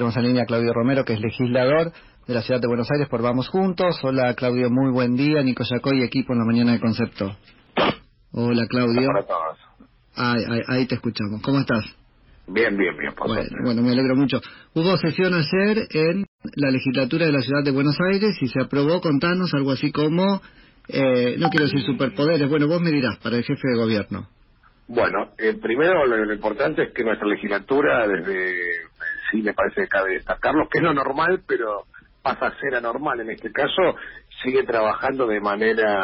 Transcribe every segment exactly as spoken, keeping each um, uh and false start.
Tenemos en línea a Claudio Romero, que es legislador de la Ciudad de Buenos Aires por Vamos Juntos. Hola, Claudio, muy buen día. Nico Yacoy, equipo en la mañana de Concepto. Hola, Claudio. Hola a todos. Ahí, ahí, ahí te escuchamos. ¿Cómo estás? Bien, bien, bien, por bueno, suerte. bueno, me alegro mucho. Hubo sesión ayer en la legislatura de la Ciudad de Buenos Aires y se aprobó, contanos, algo así como, eh, no quiero decir superpoderes, bueno, vos me dirás, para el jefe de gobierno. Bueno, eh, primero lo, lo importante es que nuestra legislatura, desde, sí me parece que cabe destacarlo, que es lo normal, pero pasa a ser anormal en este caso, sigue trabajando de manera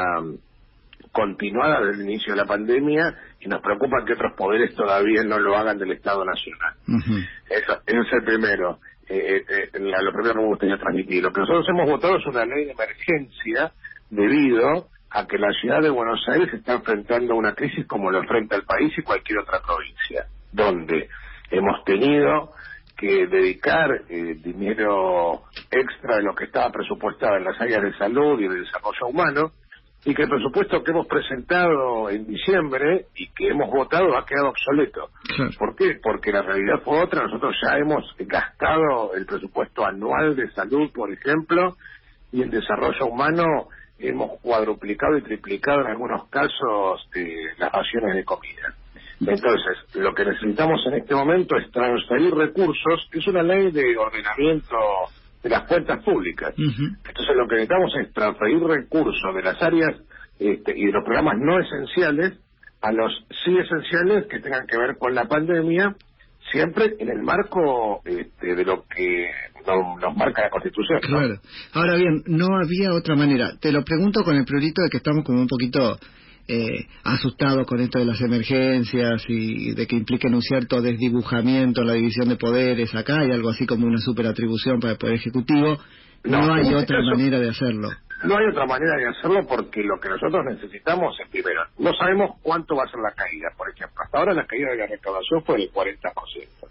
continuada desde el inicio de la pandemia y nos preocupa que otros poderes todavía no lo hagan del Estado Nacional. Uh-huh. Eso, eso es el primero. Eh, eh, la, lo primero que me gustaría transmitir. Lo que nosotros hemos votado es una ley de emergencia debido a que la ciudad de Buenos Aires está enfrentando una crisis como lo enfrenta el país y cualquier otra provincia, donde hemos tenido que dedicar eh, dinero extra de lo que estaba presupuestado en las áreas de salud y de desarrollo humano, y que el presupuesto que hemos presentado en diciembre y que hemos votado ha quedado obsoleto. Claro. ¿Por qué? Porque la realidad fue otra. Nosotros ya hemos gastado el presupuesto anual de salud, por ejemplo, y en desarrollo humano hemos cuadruplicado y triplicado en algunos casos eh, las raciones de comida. Entonces, lo que necesitamos en este momento es transferir recursos. Es una ley de ordenamiento de las cuentas públicas. Uh-huh. Entonces, lo que necesitamos es transferir recursos de las áreas este, y de los programas no esenciales a los sí esenciales que tengan que ver con la pandemia, siempre en el marco este, de lo que nos, nos marca la Constitución, ¿no? Claro. Ahora bien, no había otra manera. Te lo pregunto con el prurito de que estamos como un poquito eh, asustados con esto de las emergencias y de que impliquen un cierto desdibujamiento en la división de poderes. Acá hay algo así como una superatribución para el Poder Ejecutivo. No, no hay otra caso, manera de hacerlo. No hay otra manera de hacerlo porque lo que nosotros necesitamos es, primero, no sabemos cuánto va a ser la caída. Por ejemplo, hasta ahora la caída de la recaudación fue del cuarenta por ciento.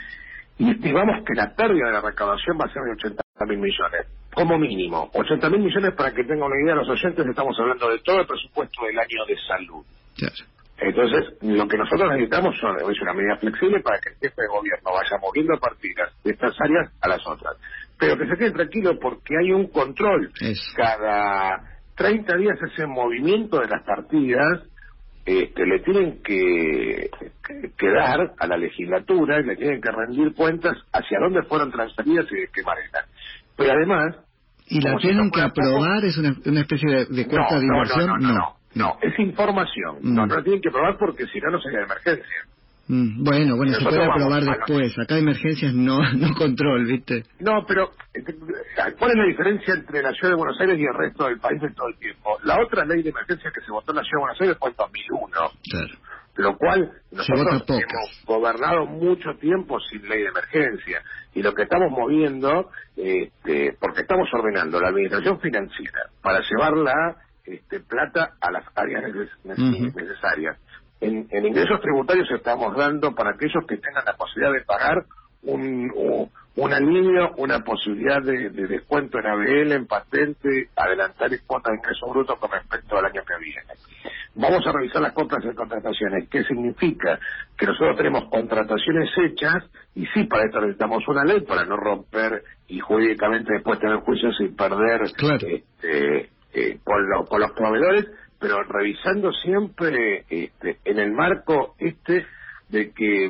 Y estimamos que la pérdida de la recaudación va a ser de ochenta mil millones, como mínimo. ochenta mil millones, para que tengan una idea los oyentes, estamos hablando de todo el presupuesto del año de salud. Claro. Entonces, lo que nosotros necesitamos son, es una medida flexible para que el jefe de gobierno vaya moviendo partidas de estas áreas a las otras. Pero que se quede tranquilo porque hay un control. Eso. Cada treinta días ese movimiento de las partidas este, le tienen que, que, que dar a la legislatura y le tienen que rendir cuentas hacia dónde fueron transferidas y de qué manera. Pero además... ¿Y la tienen que aprobar? ¿Es una, una especie de, de cuenta no, de inversión? No, no, no, no, no, no, es información. Mm. No, no la tienen que aprobar porque si no, no sería de emergencia. Mm, bueno, bueno, se puede aprobar después. Acá emergencias no no control, ¿viste? No, pero ¿cuál es la diferencia entre la Ciudad de Buenos Aires y el resto del país de todo el tiempo? La otra ley de emergencia que se votó en la Ciudad de Buenos Aires fue en dos mil uno. Claro. Lo cual nosotros hemos gobernado mucho tiempo sin ley de emergencia. Y lo que estamos moviendo, este, porque estamos ordenando la administración financiera para llevar la este, plata a las áreas neces- uh-huh. necesarias. En, en ingresos tributarios estamos dando para aquellos que tengan la posibilidad de pagar un, un, un alivio, una posibilidad de, de descuento en A B L, en patente, adelantar cuotas de ingreso bruto con respecto al año que viene. Vamos a revisar las compras de contrataciones. ¿Qué significa? Que nosotros tenemos contrataciones hechas y sí, para esto necesitamos una ley para no romper y jurídicamente después tener juicios y perder claro. este, eh, con, lo, con los proveedores, pero revisando siempre este, en el marco este de que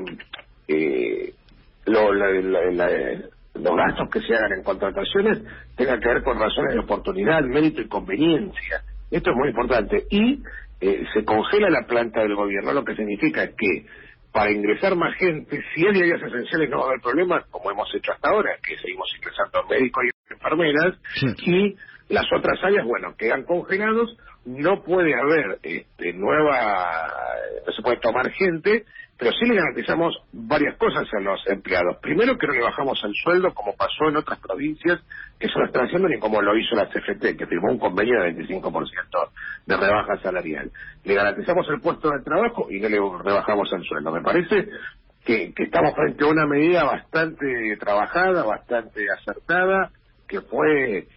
eh, lo, la, la, la, los gastos que se hagan en contrataciones tengan que ver con razones de oportunidad, mérito y conveniencia. Esto es muy importante. Y eh, se congela la planta del gobierno, lo que significa que para ingresar más gente, si hay áreas esenciales no va a haber problemas, como hemos hecho hasta ahora, que seguimos ingresando médicos y enfermeras, sí. Y las otras áreas, bueno, quedan congelados, no puede haber este, nueva, no se puede tomar gente, pero sí le garantizamos varias cosas a los empleados. Primero, que no le bajamos el sueldo, como pasó en otras provincias que se lo están haciendo, ni como lo hizo la C F T, que firmó un convenio de veinticinco por ciento de rebaja salarial. Le garantizamos el puesto de trabajo y no le rebajamos el sueldo. Me parece que, que estamos frente a una medida bastante trabajada, bastante acertada, que fue...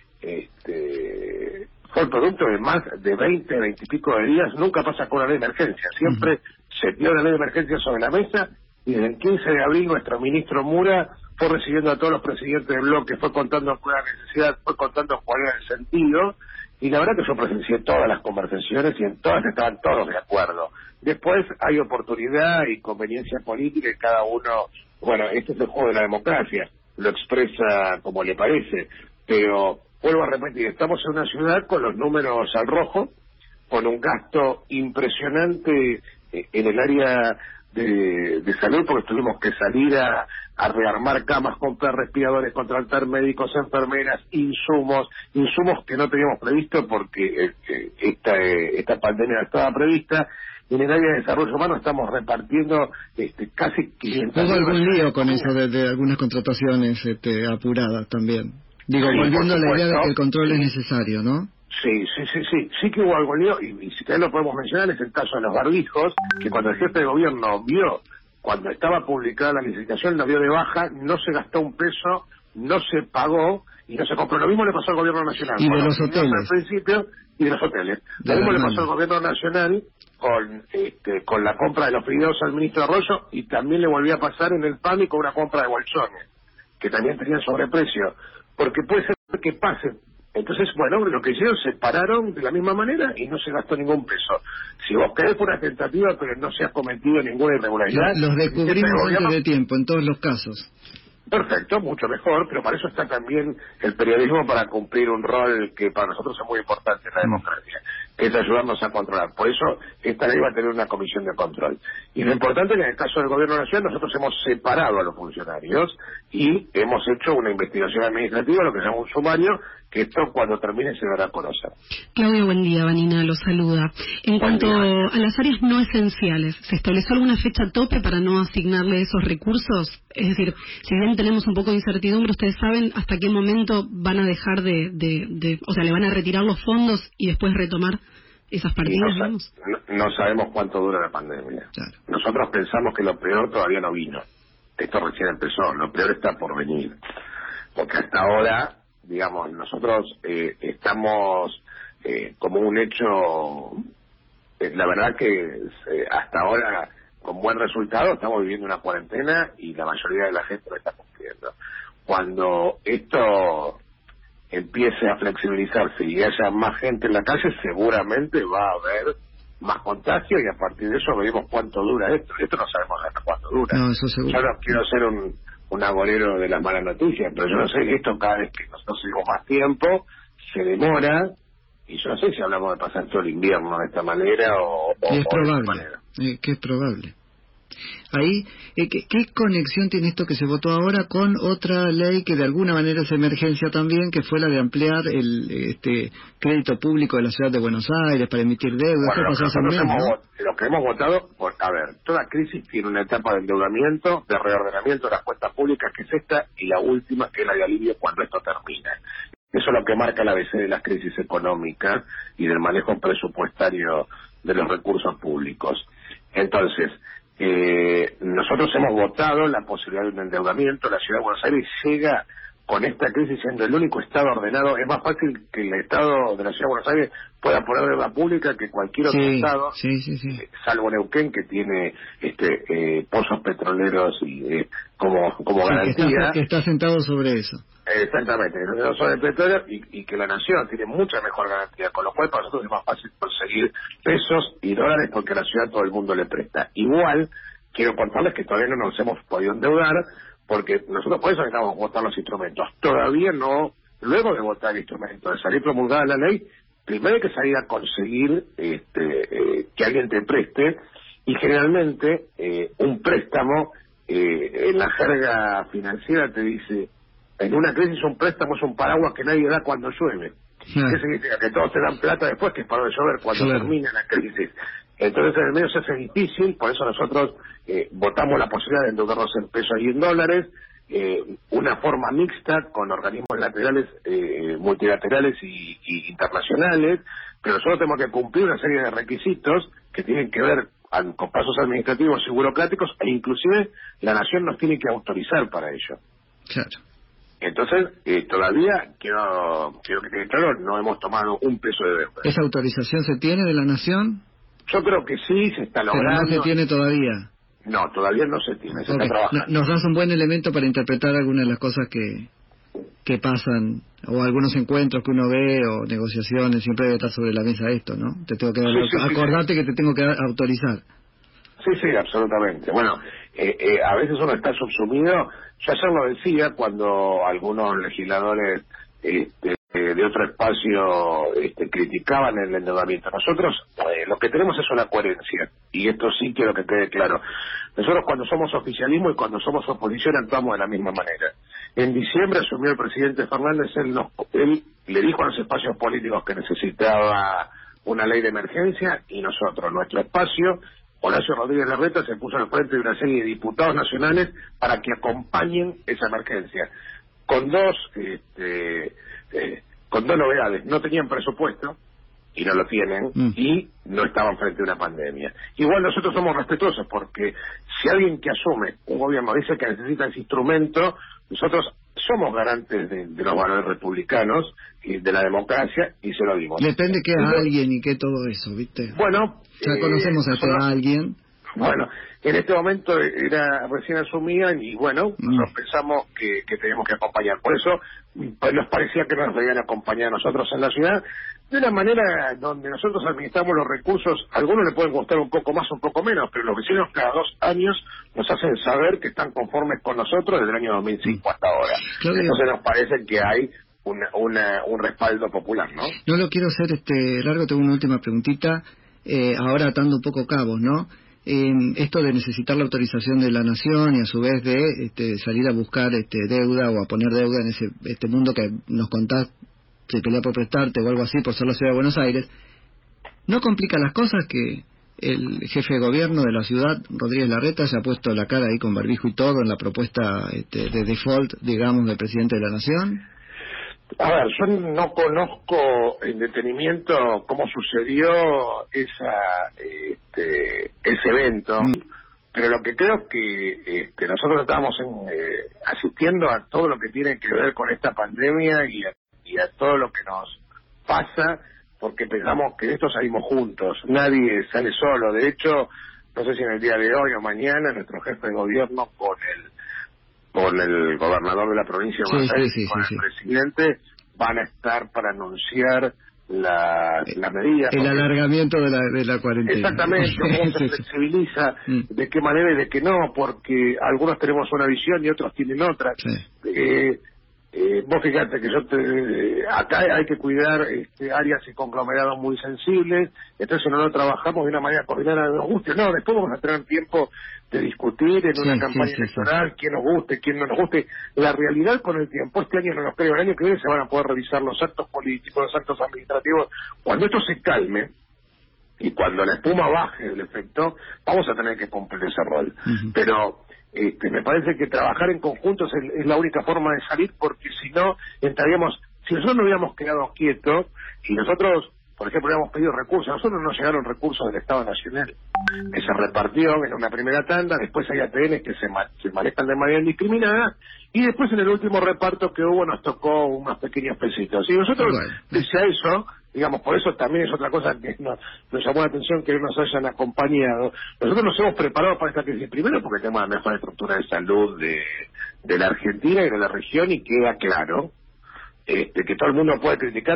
este fue el producto de más de veinte, veinte y pico de días. Nunca pasa con una ley de emergencia, siempre uh-huh. se dio la ley de emergencia sobre la mesa y desde el quince de abril nuestro ministro Mura fue recibiendo a todos los presidentes del bloque, fue contando cuál era la necesidad, fue contando cuál era el sentido, y la verdad que yo presencié todas las conversaciones y en todas estaban todos de acuerdo. Después hay oportunidad y conveniencia política y cada uno, bueno, este es el juego de la democracia, lo expresa como le parece, pero vuelvo a repetir, estamos en una ciudad con los números al rojo, con un gasto impresionante en el área de, de salud, porque tuvimos que salir a, a rearmar camas, comprar respiradores, contratar médicos, enfermeras, insumos, insumos que no teníamos previsto porque eh, esta, eh, esta pandemia no estaba prevista. Y en el área de desarrollo humano estamos repartiendo este, casi quinientos. ¿Hubo algún lío con eso de, de algunas contrataciones este, apuradas también? Digo, sí, volviendo a la idea de que el control es necesario, ¿no? Sí, sí, sí, sí, sí que hubo algo lío, y, y si también lo podemos mencionar, es el caso de los barbijos, que cuando el jefe de gobierno vio, cuando estaba publicada la licitación, lo vio de baja, no se gastó un peso, no se pagó, y no se compró. Lo mismo le pasó al gobierno nacional. Y de los hoteles. Al principio, y de los hoteles. Lo mismo le pasó al gobierno nacional con este, con la compra de los fideos al ministro Arroyo, y también le volvió a pasar en el P A M I con una compra de bolsones, que también tenían sobreprecio. Porque puede ser que pase. Entonces, bueno, lo que hicieron, se pararon de la misma manera y no se gastó ningún peso. Si vos querés por una tentativa, pero no se ha cometido ninguna irregularidad... Los descubrimos antes de tiempo, en todos los casos. Perfecto, mucho mejor, pero para eso está también el periodismo, para cumplir un rol que para nosotros es muy importante en la democracia, que es ayudarnos a controlar. Por eso esta ley va a tener una comisión de control. Y lo importante es que en el caso del gobierno nacional nosotros hemos separado a los funcionarios y hemos hecho una investigación administrativa, lo que se llama un sumario, que esto cuando termine se dará a conocer. Claudio, buen día, Vanina lo saluda. En Buen cuanto día. a las áreas no esenciales, ¿se estableció alguna fecha tope para no asignarle esos recursos? Es decir, si bien tenemos un poco de incertidumbre, ¿ustedes saben hasta qué momento van a dejar de, de, de o sea, le van a retirar los fondos y después retomar esas partidas, no, digamos? no, no sabemos cuánto dura la pandemia. Claro. Nosotros pensamos que lo peor todavía no vino. Esto recién empezó, lo peor está por venir. Porque hasta ahora, digamos, nosotros eh, estamos eh, como un hecho, eh, la verdad que eh, hasta ahora con buen resultado estamos viviendo una cuarentena y la mayoría de la gente lo está cumpliendo. Cuando esto empiece a flexibilizarse y haya más gente en la calle, seguramente va a haber más contagio y a partir de eso veremos cuánto dura esto. Esto no sabemos hasta cuánto dura. No, eso seguro. Yo no quiero ser un, un agorero de las malas noticias, pero yo no sé, esto cada vez que nosotros seguimos más tiempo, se demora, y yo no sé si hablamos de pasar todo el invierno de esta manera o, o, es o probable, de esta manera. Eh, que es probable. Ahí, eh, ¿qué, ¿qué conexión tiene esto que se votó ahora con otra ley que de alguna manera es emergencia también, que fue la de ampliar el este crédito público de la ciudad de Buenos Aires para emitir deuda? Bueno, Eso lo, pasó que hace un mes, hemos, ¿no? lo que hemos votado, por, a ver, toda crisis tiene una etapa de endeudamiento, de reordenamiento de las cuentas públicas, que es esta, y la última, que es la de alivio cuando esto termina. Eso es lo que marca la A B C de las crisis económicas y del manejo presupuestario de los recursos públicos. Entonces, eh, nosotros hemos votado la posibilidad de un endeudamiento. La Ciudad de Buenos Aires llega con esta crisis siendo el único Estado ordenado. Es más fácil que el Estado de la Ciudad de Buenos Aires pueda poner deuda pública que cualquier otro Sí, Estado, sí, sí, sí. eh, salvo Neuquén, que tiene este eh, pozos petroleros y eh, como como Sí, que, garantía. está, que está sentado sobre eso. Exactamente, no son de petróleo y, y que la nación tiene mucha mejor garantía, con lo cual para nosotros es más fácil conseguir pesos y dólares porque a la ciudad todo el mundo le presta. Igual, quiero contarles que todavía no nos hemos podido endeudar porque nosotros por eso necesitamos votar los instrumentos. Todavía no, luego de votar el instrumento, de salir promulgada la ley, primero hay que salir a conseguir este, eh, que alguien te preste y generalmente eh, un préstamo eh, en la jerga financiera te dice: en una crisis un préstamo es un paraguas que nadie da cuando llueve. Sí. ¿Qué significa? Que todos te dan plata después que es para de llover cuando Claro. termina la crisis. Entonces en el medio se hace difícil, por eso nosotros eh, votamos la posibilidad de endeudarnos en pesos y en dólares, eh, una forma mixta con organismos laterales, eh, multilaterales y, y internacionales, pero nosotros tenemos que cumplir una serie de requisitos que tienen que ver an- con pasos administrativos y burocráticos, e inclusive la nación nos tiene que autorizar para ello. Claro. Entonces, eh, todavía, quiero, quiero que quede claro, no hemos tomado un peso de deuda. ¿Esa autorización se tiene de la Nación? Yo creo que sí, se está Pero logrando. no se tiene todavía. No, todavía no se tiene, se okay. está trabajando. Nos das un buen elemento para interpretar algunas de las cosas que que pasan, o algunos encuentros que uno ve, o negociaciones, siempre debe estar sobre la mesa esto, ¿no? Te tengo que sí, sí, acordarte sí, sí. que te tengo que autorizar. Sí, sí, absolutamente. Bueno, eh, eh, a veces uno está subsumido. Yo ayer lo decía cuando algunos legisladores este, eh, de otro espacio este, criticaban el endeudamiento. Nosotros eh, lo que tenemos es una coherencia, y esto sí quiero que quede claro. Nosotros cuando somos oficialismo y cuando somos oposición actuamos de la misma manera. En diciembre asumió el presidente Fernández, él, nos, él le dijo a los espacios políticos que necesitaba una ley de emergencia, y nosotros, nuestro espacio, Horacio Rodríguez Larreta se puso al frente de una serie de diputados nacionales para que acompañen esa emergencia, con dos este, eh, con dos novedades. No tenían presupuesto, y no lo tienen, mm. y no estaban frente a una pandemia. Igual nosotros somos respetuosos, porque si alguien que asume un gobierno dice que necesita ese instrumento, nosotros somos garantes de, de los valores republicanos y de la democracia, y se lo dimos. Depende que a alguien y que todo eso, ¿viste? Bueno, ya eh, conocemos a este alguien. Bueno, en este momento era recién asumían, y bueno, mm. nosotros pensamos que, que teníamos que acompañar. Por eso pues nos parecía que nos debían acompañar a nosotros en la ciudad, de una manera donde nosotros administramos los recursos. A algunos le pueden costar un poco más, un poco menos, pero los vecinos cada dos años nos hacen saber que están conformes con nosotros desde el año dos mil cinco hasta ahora. Claro. Entonces nos parece que hay una, una, un respaldo popular, ¿no? No lo quiero hacer este largo, tengo una última preguntita, eh, ahora atando un poco cabos, ¿no? Eh, esto de necesitar la autorización de la nación y a su vez de este, salir a buscar este, deuda o a poner deuda en ese este mundo que nos contás, se pelea por prestarte o algo así por ser la ciudad de Buenos Aires, ¿no complica las cosas que el jefe de gobierno de la ciudad, Rodríguez Larreta, se ha puesto la cara ahí con barbijo y todo en la propuesta este, de default, digamos, del presidente de la nación? A ver, yo no conozco en detenimiento cómo sucedió esa este, ese evento, mm. pero lo que creo es que este, nosotros estamos en, eh, asistiendo a todo lo que tiene que ver con esta pandemia y a, y a todo lo que nos pasa, porque pensamos que de esto salimos juntos, nadie sale solo. De hecho, no sé si en el día de hoy o mañana nuestro jefe de gobierno con el con el gobernador de la provincia de Buenos Aires, sí, sí, sí, con sí, el sí. presidente, van a estar para anunciar la, la medida. El porque, alargamiento de la, de la cuarentena. Exactamente, cómo se flexibiliza, de qué manera y de qué no, porque algunos tenemos una visión y otros tienen otra. Sí. Eh, eh, vos fíjate que yo te, eh, acá hay que cuidar este, áreas y conglomerados muy sensibles, entonces no lo trabajamos de una manera coordinada, nos guste, no, después vamos a tener tiempo de discutir en sí, una campaña sí, electoral, sí, sí. quién nos guste, quién no nos guste. La realidad con el tiempo, este año no nos creo, el año que viene se van a poder revisar los actos políticos, los actos administrativos. Cuando esto se calme y cuando la espuma baje del efecto, vamos a tener que cumplir ese rol. Uh-huh. Pero este, me parece que trabajar en conjunto es, el, es la única forma de salir, porque si no, entraríamos, si nosotros no hubiéramos quedado quietos, y nosotros, por ejemplo, hubiéramos pedido recursos, a nosotros nos llegaron recursos del Estado Nacional, que se repartió en una primera tanda, después hay A T N que se, ma se manejan de manera indiscriminada, y después en el último reparto que hubo nos tocó unos pequeños pesitos. Y nosotros, bueno, pese a eso, digamos, por eso también es otra cosa que nos, nos llamó la atención que nos hayan acompañado. Nosotros nos hemos preparado para esta crisis, primero porque tenemos la mejor estructura de salud de, de la Argentina y de la región, y queda claro este, que todo el mundo puede criticar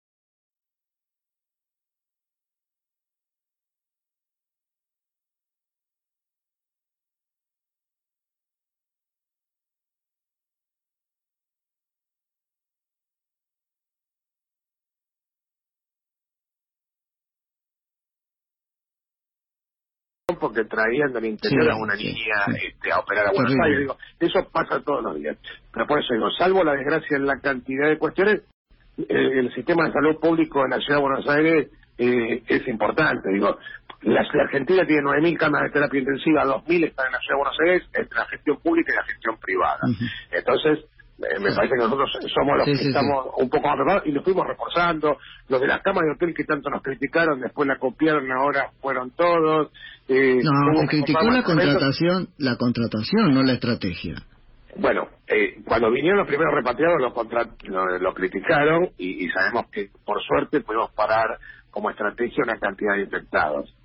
porque traían del interior sí, a una sí, niña sí. Este, a operar a Buenos sí, Aires. Digo, eso pasa todos los días. Pero por eso digo, salvo la desgracia en la cantidad de cuestiones, eh, el sistema de salud público en la ciudad de Buenos Aires eh, es importante. Digo, la, la Argentina tiene nueve mil camas de terapia intensiva, dos mil están en la ciudad de Buenos Aires, entre la gestión pública y la gestión privada. Uh-huh. Entonces, Eh, me parece que nosotros somos los sí, que sí, estamos sí. un poco más preparados, y lo fuimos reforzando. Los de las camas de hotel que tanto nos criticaron, después la copiaron, ahora fueron todos. Eh, no, se criticó la contratación, la contratación, no la estrategia. Bueno, eh, cuando vinieron los primeros repatriados lo, contra, lo, lo criticaron, y, y sabemos que por suerte pudimos parar como estrategia una cantidad de infectados.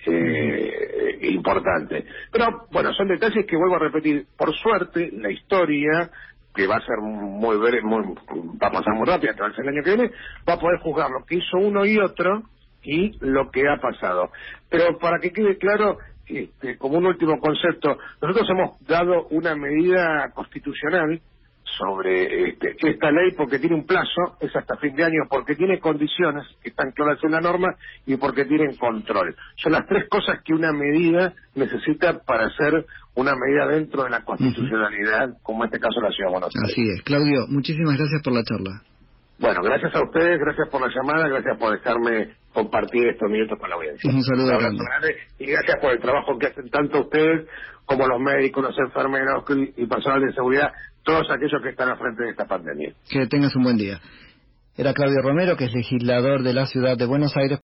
eh, importante. Pero bueno, son detalles que vuelvo a repetir. Por suerte, la historia, que va a ser muy breve, muy, va a pasar muy rápido hasta el año que viene, va a poder juzgar lo que hizo uno y otro y lo que ha pasado. Pero para que quede claro, este, como un último concepto, nosotros hemos dado una medida constitucional sobre este, esta ley porque tiene un plazo, es hasta fin de año, porque tiene condiciones que están claras en la norma y porque tienen control. Son las tres cosas que una medida necesita para ser una medida dentro de la constitucionalidad, uh-huh. como en este caso la Ciudad de Buenos Aires. Así es. Claudio, muchísimas gracias por la charla. Bueno, gracias a ustedes, gracias por la llamada, gracias por dejarme compartir estos minutos con la audiencia. Un saludo Un grande. grande. Y gracias por el trabajo que hacen tanto ustedes como los médicos, los enfermeros y personal de seguridad, todos aquellos que están al frente de esta pandemia. Que tengas un buen día. Era Claudio Romero, que es legislador de la Ciudad de Buenos Aires.